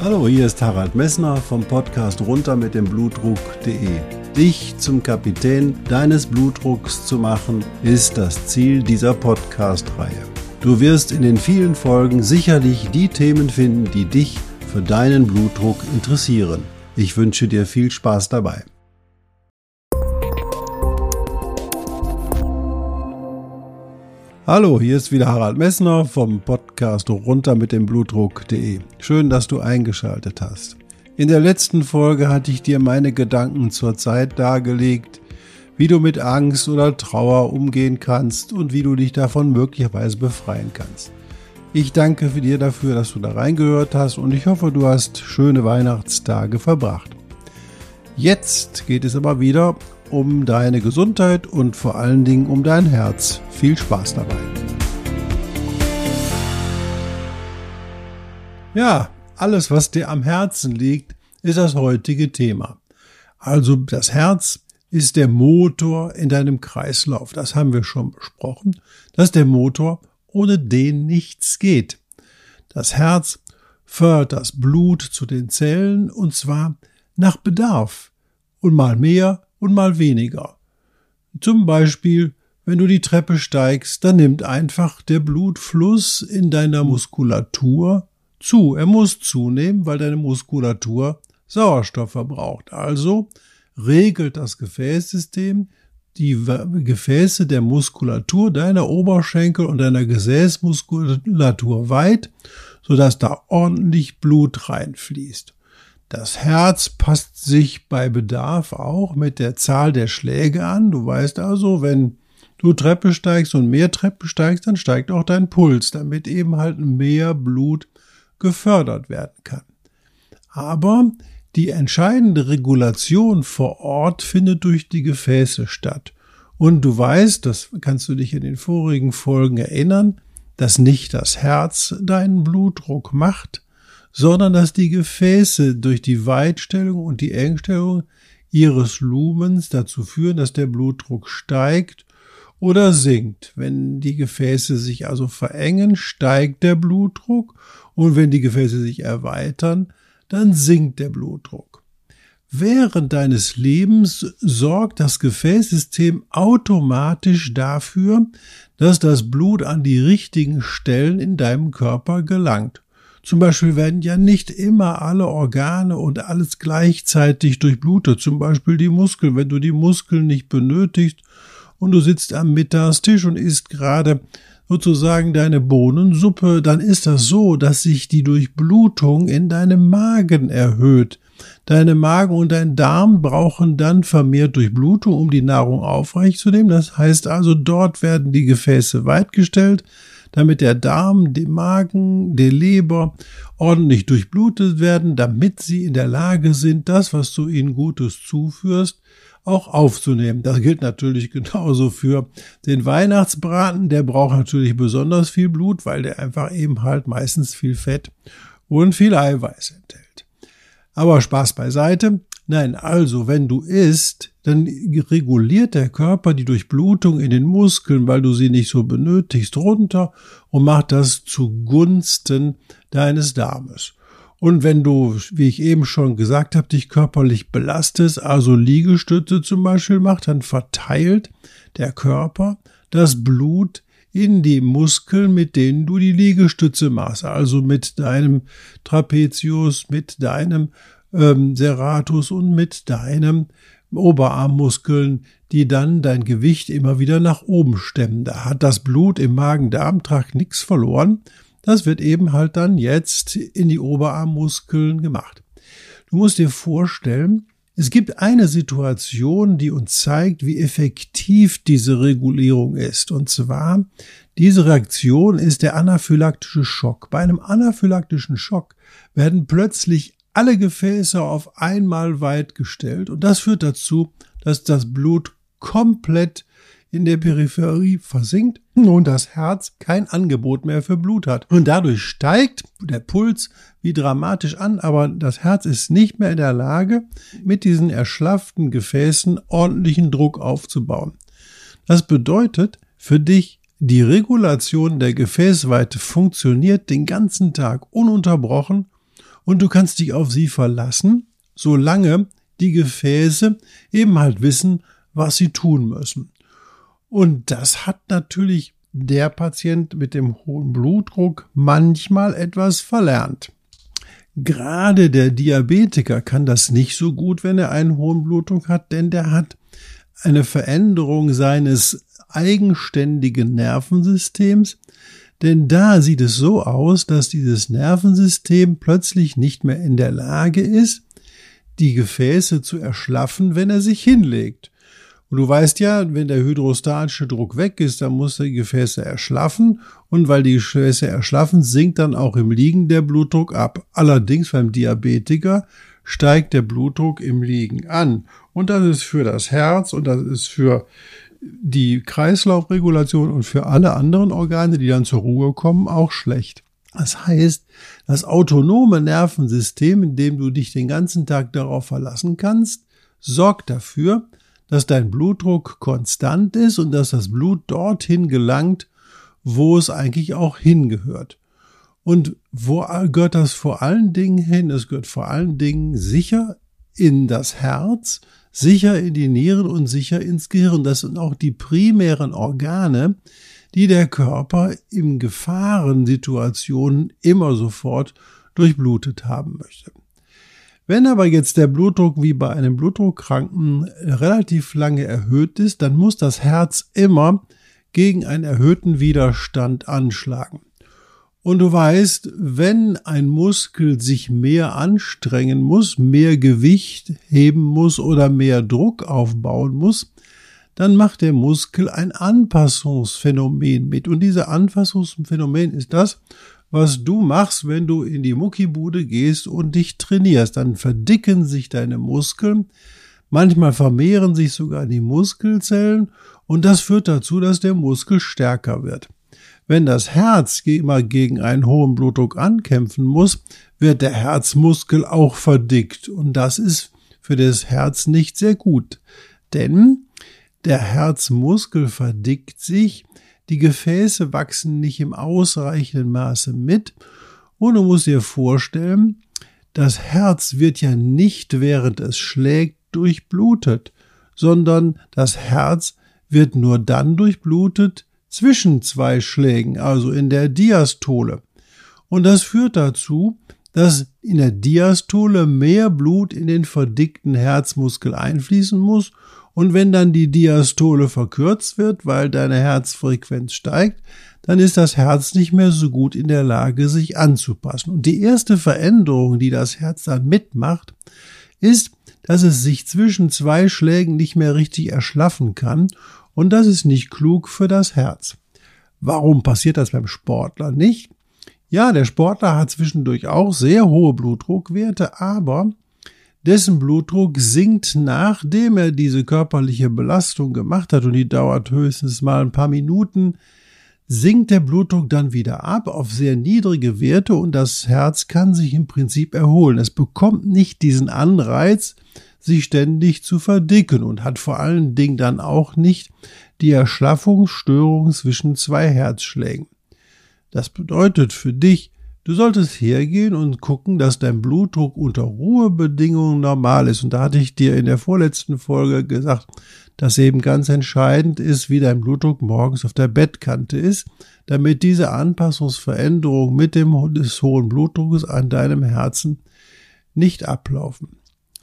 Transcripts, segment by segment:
Hallo, hier ist Harald Messner vom Podcast runter mit dem Blutdruck.de. Dich zum Kapitän deines Blutdrucks zu machen, ist das Ziel dieser Podcast-Reihe. Du wirst in den vielen Folgen sicherlich die Themen finden, die dich für deinen Blutdruck interessieren. Ich wünsche dir viel Spaß dabei. Hallo, hier ist wieder Harald Messner vom Podcast runter mit dem Blutdruck.de. Schön, dass du eingeschaltet hast. In der letzten Folge hatte ich dir meine Gedanken zur Zeit dargelegt, wie du mit Angst oder Trauer umgehen kannst und wie du dich davon möglicherweise befreien kannst. Ich danke dir dafür, dass du da reingehört hast und ich hoffe, du hast schöne Weihnachtstage verbracht. Jetzt geht es aber wieder um deine Gesundheit und vor allen Dingen um dein Herz. Viel Spaß dabei. Ja, alles, was dir am Herzen liegt, ist das heutige Thema. Also das Herz ist der Motor in deinem Kreislauf. Das haben wir schon besprochen. Das ist der Motor, ohne den nichts geht. Das Herz fördert das Blut zu den Zellen und zwar nach Bedarf und mal mehr und mal weniger. Zum Beispiel, wenn du die Treppe steigst, dann nimmt einfach der Blutfluss in deiner Muskulatur zu. Er muss zunehmen, weil deine Muskulatur Sauerstoff verbraucht. Also regelt das Gefäßsystem die Gefäße der Muskulatur deiner Oberschenkel und deiner Gesäßmuskulatur weit, sodass da ordentlich Blut reinfließt. Das Herz passt sich bei Bedarf auch mit der Zahl der Schläge an. Du weißt also, wenn du Treppe steigst und mehr Treppe steigst, dann steigt auch dein Puls, damit eben halt mehr Blut gefördert werden kann. Aber die entscheidende Regulation vor Ort findet durch die Gefäße statt. Und du weißt, das kannst du dich in den vorigen Folgen erinnern, dass nicht das Herz deinen Blutdruck macht, sondern dass die Gefäße durch die Weitstellung und die Engstellung ihres Lumens dazu führen, dass der Blutdruck steigt oder sinkt. Wenn die Gefäße sich also verengen, steigt der Blutdruck und wenn die Gefäße sich erweitern, dann sinkt der Blutdruck. Während deines Lebens sorgt das Gefäßsystem automatisch dafür, dass das Blut an die richtigen Stellen in deinem Körper gelangt. Zum Beispiel werden ja nicht immer alle Organe und alles gleichzeitig durchblutet. Zum Beispiel die Muskeln. Wenn du die Muskeln nicht benötigst und du sitzt am Mittagstisch und isst gerade sozusagen deine Bohnensuppe, dann ist das so, dass sich die Durchblutung in deinem Magen erhöht. Deine Magen und dein Darm brauchen dann vermehrt Durchblutung, um die Nahrung aufrechtzunehmen. Das heißt also, dort werden die Gefäße weitgestellt, damit der Darm, der Magen, die Leber ordentlich durchblutet werden, damit sie in der Lage sind, das, was du ihnen Gutes zuführst, auch aufzunehmen. Das gilt natürlich genauso für den Weihnachtsbraten. Der braucht natürlich besonders viel Blut, weil der einfach eben halt meistens viel Fett und viel Eiweiß enthält. Aber Spaß beiseite. Nein, also wenn du isst, dann reguliert der Körper die Durchblutung in den Muskeln, weil du sie nicht so benötigst, runter und macht das zugunsten deines Darmes. Und wenn du, wie ich eben schon gesagt habe, dich körperlich belastest, also Liegestütze zum Beispiel machst, dann verteilt der Körper das Blut in die Muskeln, mit denen du die Liegestütze machst, also mit deinem Trapezius, mit deinem Serratus und mit deinem Oberarmmuskeln, die dann dein Gewicht immer wieder nach oben stemmen. Da hat das Blut im Magen-Darm-Trakt nichts verloren. Das wird eben halt dann jetzt in die Oberarmmuskeln gemacht. Du musst dir vorstellen, es gibt eine Situation, die uns zeigt, wie effektiv diese Regulierung ist. Und zwar, diese Reaktion ist der anaphylaktische Schock. Bei einem anaphylaktischen Schock werden plötzlich alle Gefäße auf einmal weitgestellt und das führt dazu, dass das Blut komplett in der Peripherie versinkt und das Herz kein Angebot mehr für Blut hat. Und dadurch steigt der Puls wie dramatisch an, aber das Herz ist nicht mehr in der Lage, mit diesen erschlafften Gefäßen ordentlichen Druck aufzubauen. Das bedeutet für dich, die Regulation der Gefäßweite funktioniert den ganzen Tag ununterbrochen und du kannst dich auf sie verlassen, solange die Gefäße eben halt wissen, was sie tun müssen. Und das hat natürlich der Patient mit dem hohen Blutdruck manchmal etwas verlernt. Gerade der Diabetiker kann das nicht so gut, wenn er einen hohen Blutdruck hat, denn der hat eine Veränderung seines eigenständigen Nervensystems, denn da sieht es so aus, dass dieses Nervensystem plötzlich nicht mehr in der Lage ist, die Gefäße zu erschlaffen, wenn er sich hinlegt. Und du weißt ja, wenn der hydrostatische Druck weg ist, dann muss er die Gefäße erschlaffen. Und weil die Gefäße erschlaffen, sinkt dann auch im Liegen der Blutdruck ab. Allerdings beim Diabetiker steigt der Blutdruck im Liegen an. Und das ist für das Herz und das ist für die Kreislaufregulation und für alle anderen Organe, die dann zur Ruhe kommen, auch schlecht. Das heißt, das autonome Nervensystem, in dem du dich den ganzen Tag darauf verlassen kannst, sorgt dafür, dass dein Blutdruck konstant ist und dass das Blut dorthin gelangt, wo es eigentlich auch hingehört. Und wo gehört das vor allen Dingen hin? Es gehört vor allen Dingen sicher in das Herz, sicher in die Nieren und sicher ins Gehirn. Das sind auch die primären Organe, die der Körper in Gefahrensituationen immer sofort durchblutet haben möchte. Wenn aber jetzt der Blutdruck wie bei einem Blutdruckkranken relativ lange erhöht ist, dann muss das Herz immer gegen einen erhöhten Widerstand anschlagen. Und du weißt, wenn ein Muskel sich mehr anstrengen muss, mehr Gewicht heben muss oder mehr Druck aufbauen muss, dann macht der Muskel ein Anpassungsphänomen mit. Und dieses Anpassungsphänomen ist das, was du machst, wenn du in die Muckibude gehst und dich trainierst. Dann verdicken sich deine Muskeln, manchmal vermehren sich sogar die Muskelzellen und das führt dazu, dass der Muskel stärker wird. Wenn das Herz immer gegen einen hohen Blutdruck ankämpfen muss, wird der Herzmuskel auch verdickt und das ist für das Herz nicht sehr gut, denn der Herzmuskel verdickt sich, die Gefäße wachsen nicht im ausreichenden Maße mit und du musst dir vorstellen, das Herz wird ja nicht, während es schlägt, durchblutet, sondern das Herz wird nur dann durchblutet zwischen zwei Schlägen, also in der Diastole. Und das führt dazu, dass in der Diastole mehr Blut in den verdickten Herzmuskel einfließen muss. Und wenn dann die Diastole verkürzt wird, weil deine Herzfrequenz steigt, dann ist das Herz nicht mehr so gut in der Lage, sich anzupassen. Und die erste Veränderung, die das Herz dann mitmacht, ist, dass es sich zwischen zwei Schlägen nicht mehr richtig erschlaffen kann. Und das ist nicht klug für das Herz. Warum passiert das beim Sportler nicht? Ja, der Sportler hat zwischendurch auch sehr hohe Blutdruckwerte, aber dessen Blutdruck sinkt, nachdem er diese körperliche Belastung gemacht hat und die dauert höchstens mal ein paar Minuten, sinkt der Blutdruck dann wieder ab auf sehr niedrige Werte und das Herz kann sich im Prinzip erholen. Es bekommt nicht diesen Anreiz, sich ständig zu verdicken und hat vor allen Dingen dann auch nicht die Erschlaffungsstörung zwischen zwei Herzschlägen. Das bedeutet für dich, du solltest hergehen und gucken, dass dein Blutdruck unter Ruhebedingungen normal ist. Und da hatte ich dir in der vorletzten Folge gesagt, dass eben ganz entscheidend ist, wie dein Blutdruck morgens auf der Bettkante ist, damit diese Anpassungsveränderungen mit des hohen Blutdruckes an deinem Herzen nicht ablaufen.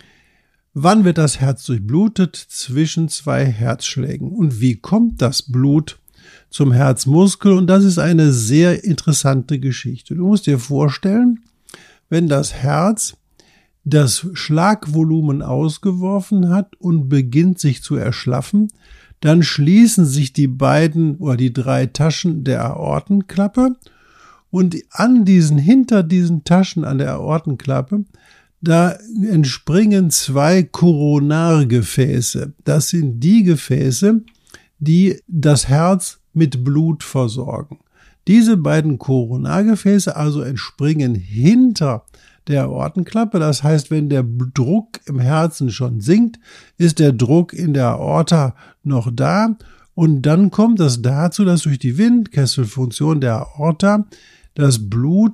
Wann wird das Herz durchblutet? Zwischen zwei Herzschlägen. Und wie kommt das Blut zum Herzmuskel? Und das ist eine sehr interessante Geschichte. Du musst dir vorstellen, wenn das Herz das Schlagvolumen ausgeworfen hat und beginnt sich zu erschlaffen, dann schließen sich die beiden oder die drei Taschen der Aortenklappe und hinter diesen Taschen an der Aortenklappe, da entspringen zwei Koronargefäße. Das sind die Gefäße, die das Herz mit Blut versorgen. Diese beiden Koronargefäße also entspringen hinter der Aortenklappe. Das heißt, wenn der Druck im Herzen schon sinkt, ist der Druck in der Aorta noch da. Und dann kommt es dazu, dass durch die Windkesselfunktion der Aorta das Blut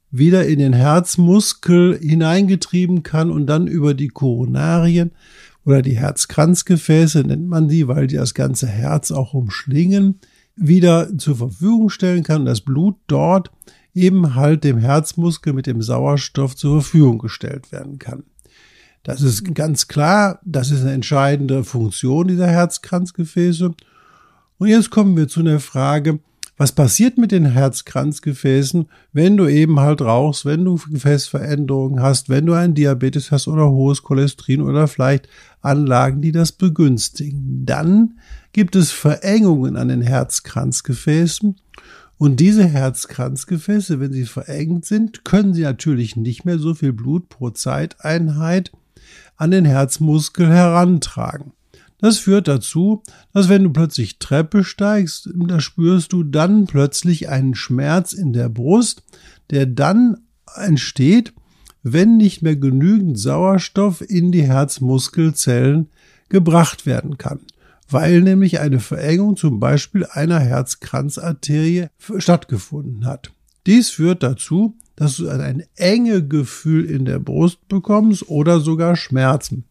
wieder in den Herzmuskel hineingetrieben kann und dann über die Koronarien oder die Herzkranzgefäße, nennt man die, weil die das ganze Herz auch umschlingen, wieder zur Verfügung stellen kann und das Blut dort eben halt dem Herzmuskel mit dem Sauerstoff zur Verfügung gestellt werden kann. Das ist ganz klar, das ist eine entscheidende Funktion dieser Herzkranzgefäße. Und jetzt kommen wir zu der Frage, was passiert mit den Herzkranzgefäßen, wenn du eben halt rauchst, wenn du Gefäßveränderungen hast, wenn du einen Diabetes hast oder hohes Cholesterin oder vielleicht Anlagen, die das begünstigen. Dann gibt es Verengungen an den Herzkranzgefäßen. Und diese Herzkranzgefäße, wenn sie verengt sind, können sie natürlich nicht mehr so viel Blut pro Zeiteinheit an den Herzmuskel herantragen. Das führt dazu, dass wenn du plötzlich Treppe steigst, da spürst du dann plötzlich einen Schmerz in der Brust, der dann entsteht, wenn nicht mehr genügend Sauerstoff in die Herzmuskelzellen gebracht werden kann, weil nämlich eine Verengung zum Beispiel einer Herzkranzarterie stattgefunden hat. Dies führt dazu, dass du ein enge Gefühl in der Brust bekommst oder sogar Schmerzen.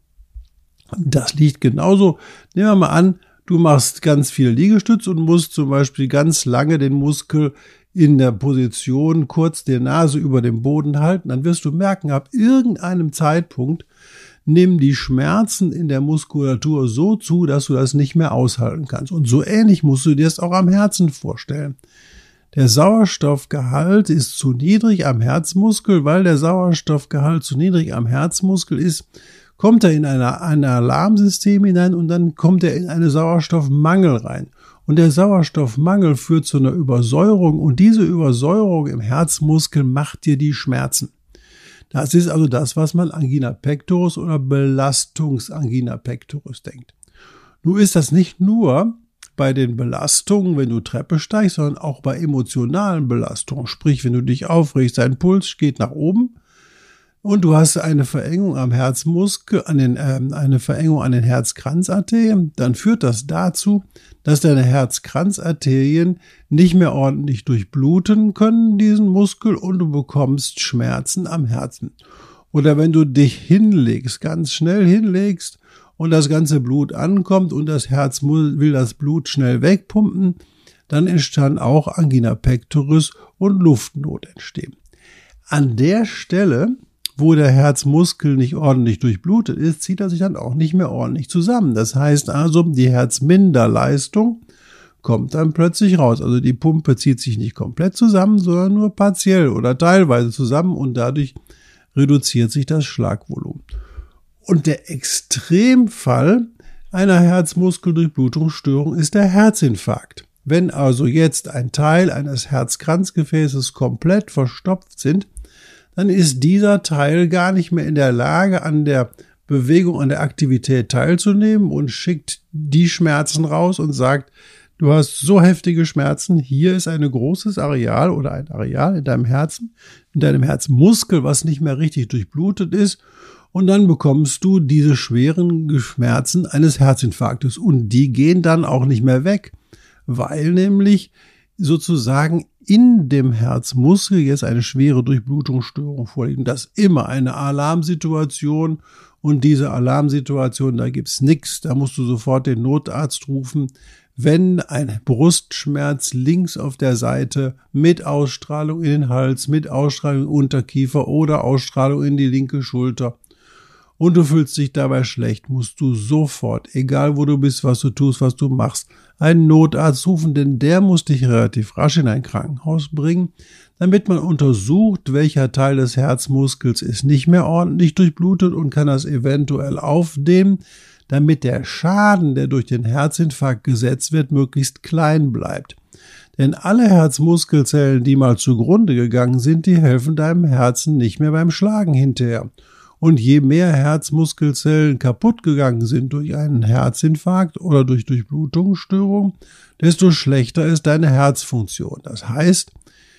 Das liegt genauso, nehmen wir mal an, du machst ganz viel Liegestütz und musst zum Beispiel ganz lange den Muskel in der Position kurz die Nase über dem Boden halten, dann wirst du merken, ab irgendeinem Zeitpunkt nehmen die Schmerzen in der Muskulatur so zu, dass du das nicht mehr aushalten kannst. Und so ähnlich musst du dir das auch am Herzen vorstellen. Der Sauerstoffgehalt ist zu niedrig am Herzmuskel, weil der Sauerstoffgehalt zu niedrig am Herzmuskel ist, kommt er in ein Alarmsystem hinein und dann kommt er in einen Sauerstoffmangel rein. Und der Sauerstoffmangel führt zu einer Übersäuerung und diese Übersäuerung im Herzmuskel macht dir die Schmerzen. Das ist also das, was man Angina pectoris oder Belastungsangina pectoris denkt. Nun ist das nicht nur bei den Belastungen, wenn du Treppe steigst, sondern auch bei emotionalen Belastungen. Sprich, wenn du dich aufregst, dein Puls geht nach oben und du hast eine Verengung am Herzmuskel, eine Verengung an den Herzkranzarterien, dann führt das dazu, dass deine Herzkranzarterien nicht mehr ordentlich durchbluten können, diesen Muskel, und du bekommst Schmerzen am Herzen. Oder wenn du dich hinlegst, ganz schnell hinlegst und das ganze Blut ankommt und das Herz will das Blut schnell wegpumpen, dann entstand auch Angina pectoris und Luftnot entstehen. An der Stelle, wo der Herzmuskel nicht ordentlich durchblutet ist, zieht er sich dann auch nicht mehr ordentlich zusammen. Das heißt also, die Herzminderleistung kommt dann plötzlich raus. Also die Pumpe zieht sich nicht komplett zusammen, sondern nur partiell oder teilweise zusammen und dadurch reduziert sich das Schlagvolumen. Und der Extremfall einer Herzmuskeldurchblutungsstörung ist der Herzinfarkt. Wenn also jetzt ein Teil eines Herzkranzgefäßes komplett verstopft sind, dann ist dieser Teil gar nicht mehr in der Lage, an der Bewegung, an der Aktivität teilzunehmen und schickt die Schmerzen raus und sagt, du hast so heftige Schmerzen, hier ist ein großes Areal oder ein Areal in deinem Herzen, in deinem Herzmuskel, was nicht mehr richtig durchblutet ist, und dann bekommst du diese schweren Schmerzen eines Herzinfarktes und die gehen dann auch nicht mehr weg, weil nämlich sozusagen in dem Herzmuskel jetzt eine schwere Durchblutungsstörung vorliegt. Und das ist immer eine Alarmsituation und diese Alarmsituation, da gibt's nichts, da musst du sofort den Notarzt rufen, wenn ein Brustschmerz links auf der Seite mit Ausstrahlung in den Hals, mit Ausstrahlung in den Unterkiefer oder Ausstrahlung in die linke Schulter und du fühlst dich dabei schlecht, musst du sofort, egal wo du bist, was du tust, was du machst, einen Notarzt rufen, denn der muss dich relativ rasch in ein Krankenhaus bringen, damit man untersucht, welcher Teil des Herzmuskels ist nicht mehr ordentlich durchblutet und kann das eventuell aufdehnen, damit der Schaden, der durch den Herzinfarkt gesetzt wird, möglichst klein bleibt. Denn alle Herzmuskelzellen, die mal zugrunde gegangen sind, die helfen deinem Herzen nicht mehr beim Schlagen hinterher. Und je mehr Herzmuskelzellen kaputt gegangen sind durch einen Herzinfarkt oder durch Durchblutungsstörung, desto schlechter ist deine Herzfunktion. Das heißt,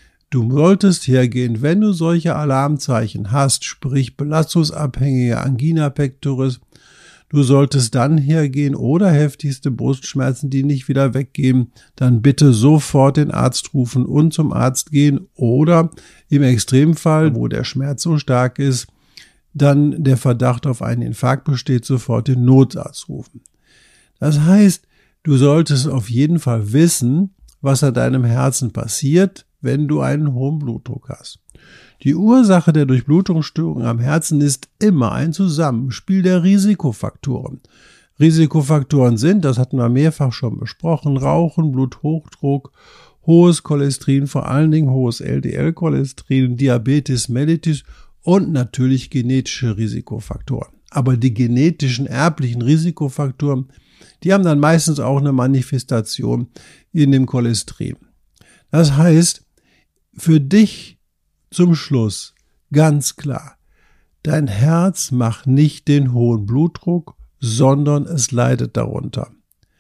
du solltest hergehen, wenn du solche Alarmzeichen hast, sprich belastungsabhängige Angina pectoris, Du solltest dann hergehen oder heftigste Brustschmerzen, die nicht wieder weggehen, dann bitte sofort den Arzt rufen und zum Arzt gehen oder im Extremfall, wo der Schmerz so stark ist, dann der Verdacht auf einen Infarkt besteht, sofort den Notarzt rufen. Das heißt, du solltest auf jeden Fall wissen, was an deinem Herzen passiert, wenn du einen hohen Blutdruck hast. Die Ursache der Durchblutungsstörung am Herzen ist immer ein Zusammenspiel der Risikofaktoren. Risikofaktoren sind, das hatten wir mehrfach schon besprochen, Rauchen, Bluthochdruck, hohes Cholesterin, vor allen Dingen hohes LDL-Cholesterin, Diabetes mellitus und natürlich genetische Risikofaktoren. Aber die genetischen, erblichen Risikofaktoren, die haben dann meistens auch eine Manifestation in dem Cholesterin. Das heißt, für dich zum Schluss ganz klar, dein Herz macht nicht den hohen Blutdruck, sondern es leidet darunter.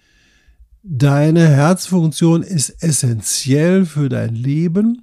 Deine Herzfunktion ist essentiell für dein Leben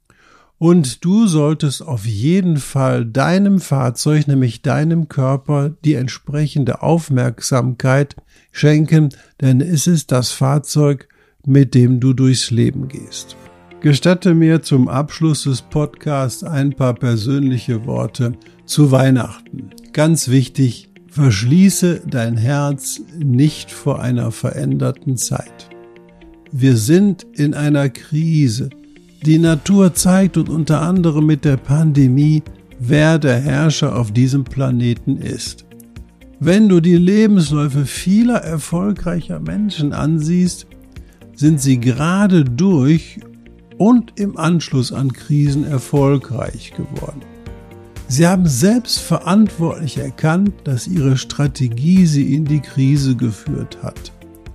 und du solltest auf jeden Fall deinem Fahrzeug, nämlich deinem Körper, die entsprechende Aufmerksamkeit schenken, denn es ist das Fahrzeug, mit dem du durchs Leben gehst. Gestatte mir zum Abschluss des Podcasts ein paar persönliche Worte zu Weihnachten. Ganz wichtig, verschließe dein Herz nicht vor einer veränderten Zeit. Wir sind in einer Krise. Die Natur zeigt uns unter anderem mit der Pandemie, wer der Herrscher auf diesem Planeten ist. Wenn du die Lebensläufe vieler erfolgreicher Menschen ansiehst, sind sie gerade durch und im Anschluss an Krisen erfolgreich geworden. Sie haben selbst verantwortlich erkannt, dass ihre Strategie sie in die Krise geführt hat.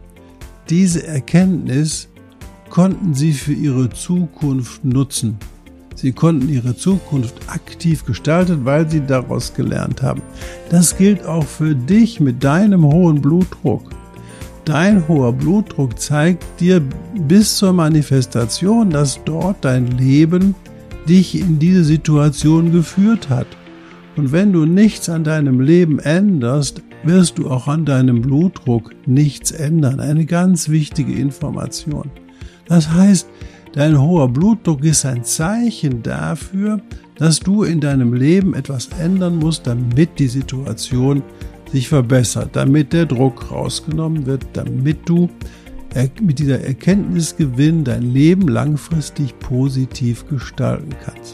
Diese Erkenntnis konnten sie für ihre Zukunft nutzen. Sie konnten ihre Zukunft aktiv gestalten, weil sie daraus gelernt haben. Das gilt auch für dich mit deinem hohen Blutdruck. Dein hoher Blutdruck zeigt dir bis zur Manifestation, dass dort dein Leben dich in diese Situation geführt hat. Und wenn du nichts an deinem Leben änderst, wirst du auch an deinem Blutdruck nichts ändern. Eine ganz wichtige Information. Das heißt, dein hoher Blutdruck ist ein Zeichen dafür, dass du in deinem Leben etwas ändern musst, damit die Situation sich verbessert, damit der Druck rausgenommen wird, damit du mit dieser Erkenntnisgewinn dein Leben langfristig positiv gestalten kannst.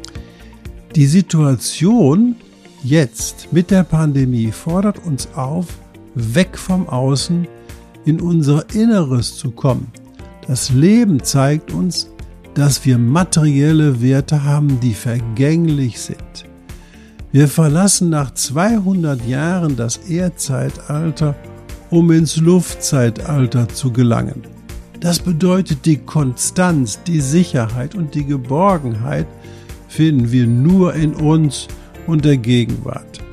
Die Situation jetzt mit der Pandemie fordert uns auf, weg vom Außen in unser Inneres zu kommen. Das Leben zeigt uns, dass wir materielle Werte haben, die vergänglich sind. Wir verlassen nach 200 Jahren das Erdzeitalter, um ins Luftzeitalter zu gelangen. Das bedeutet, die Konstanz, die Sicherheit und die Geborgenheit finden wir nur in uns und der Gegenwart.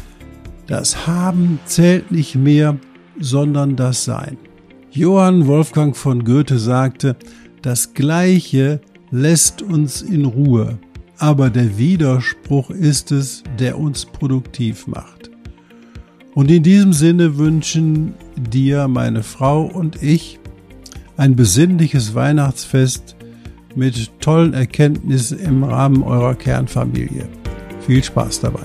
Das Haben zählt nicht mehr, sondern das Sein. Johann Wolfgang von Goethe sagte, das Gleiche lässt uns in Ruhe. Aber der Widerspruch ist es, der uns produktiv macht. Und in diesem Sinne wünschen dir, meine Frau und ich, ein besinnliches Weihnachtsfest mit tollen Erkenntnissen im Rahmen eurer Kernfamilie. Viel Spaß dabei.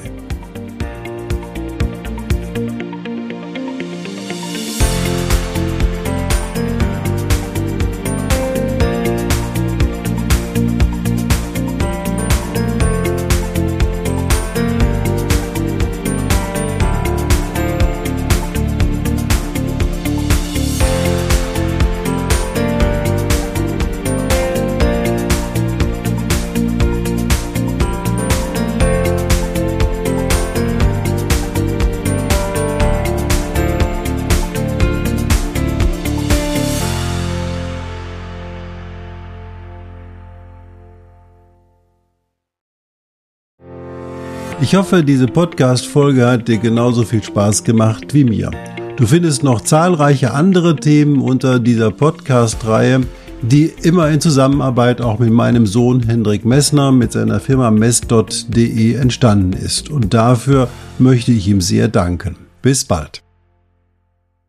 Ich hoffe, diese Podcast-Folge hat dir genauso viel Spaß gemacht wie mir. Du findest noch zahlreiche andere Themen unter dieser Podcast-Reihe, die immer in Zusammenarbeit auch mit meinem Sohn Hendrik Messner mit seiner Firma mess.de entstanden ist. Und dafür möchte ich ihm sehr danken. Bis bald.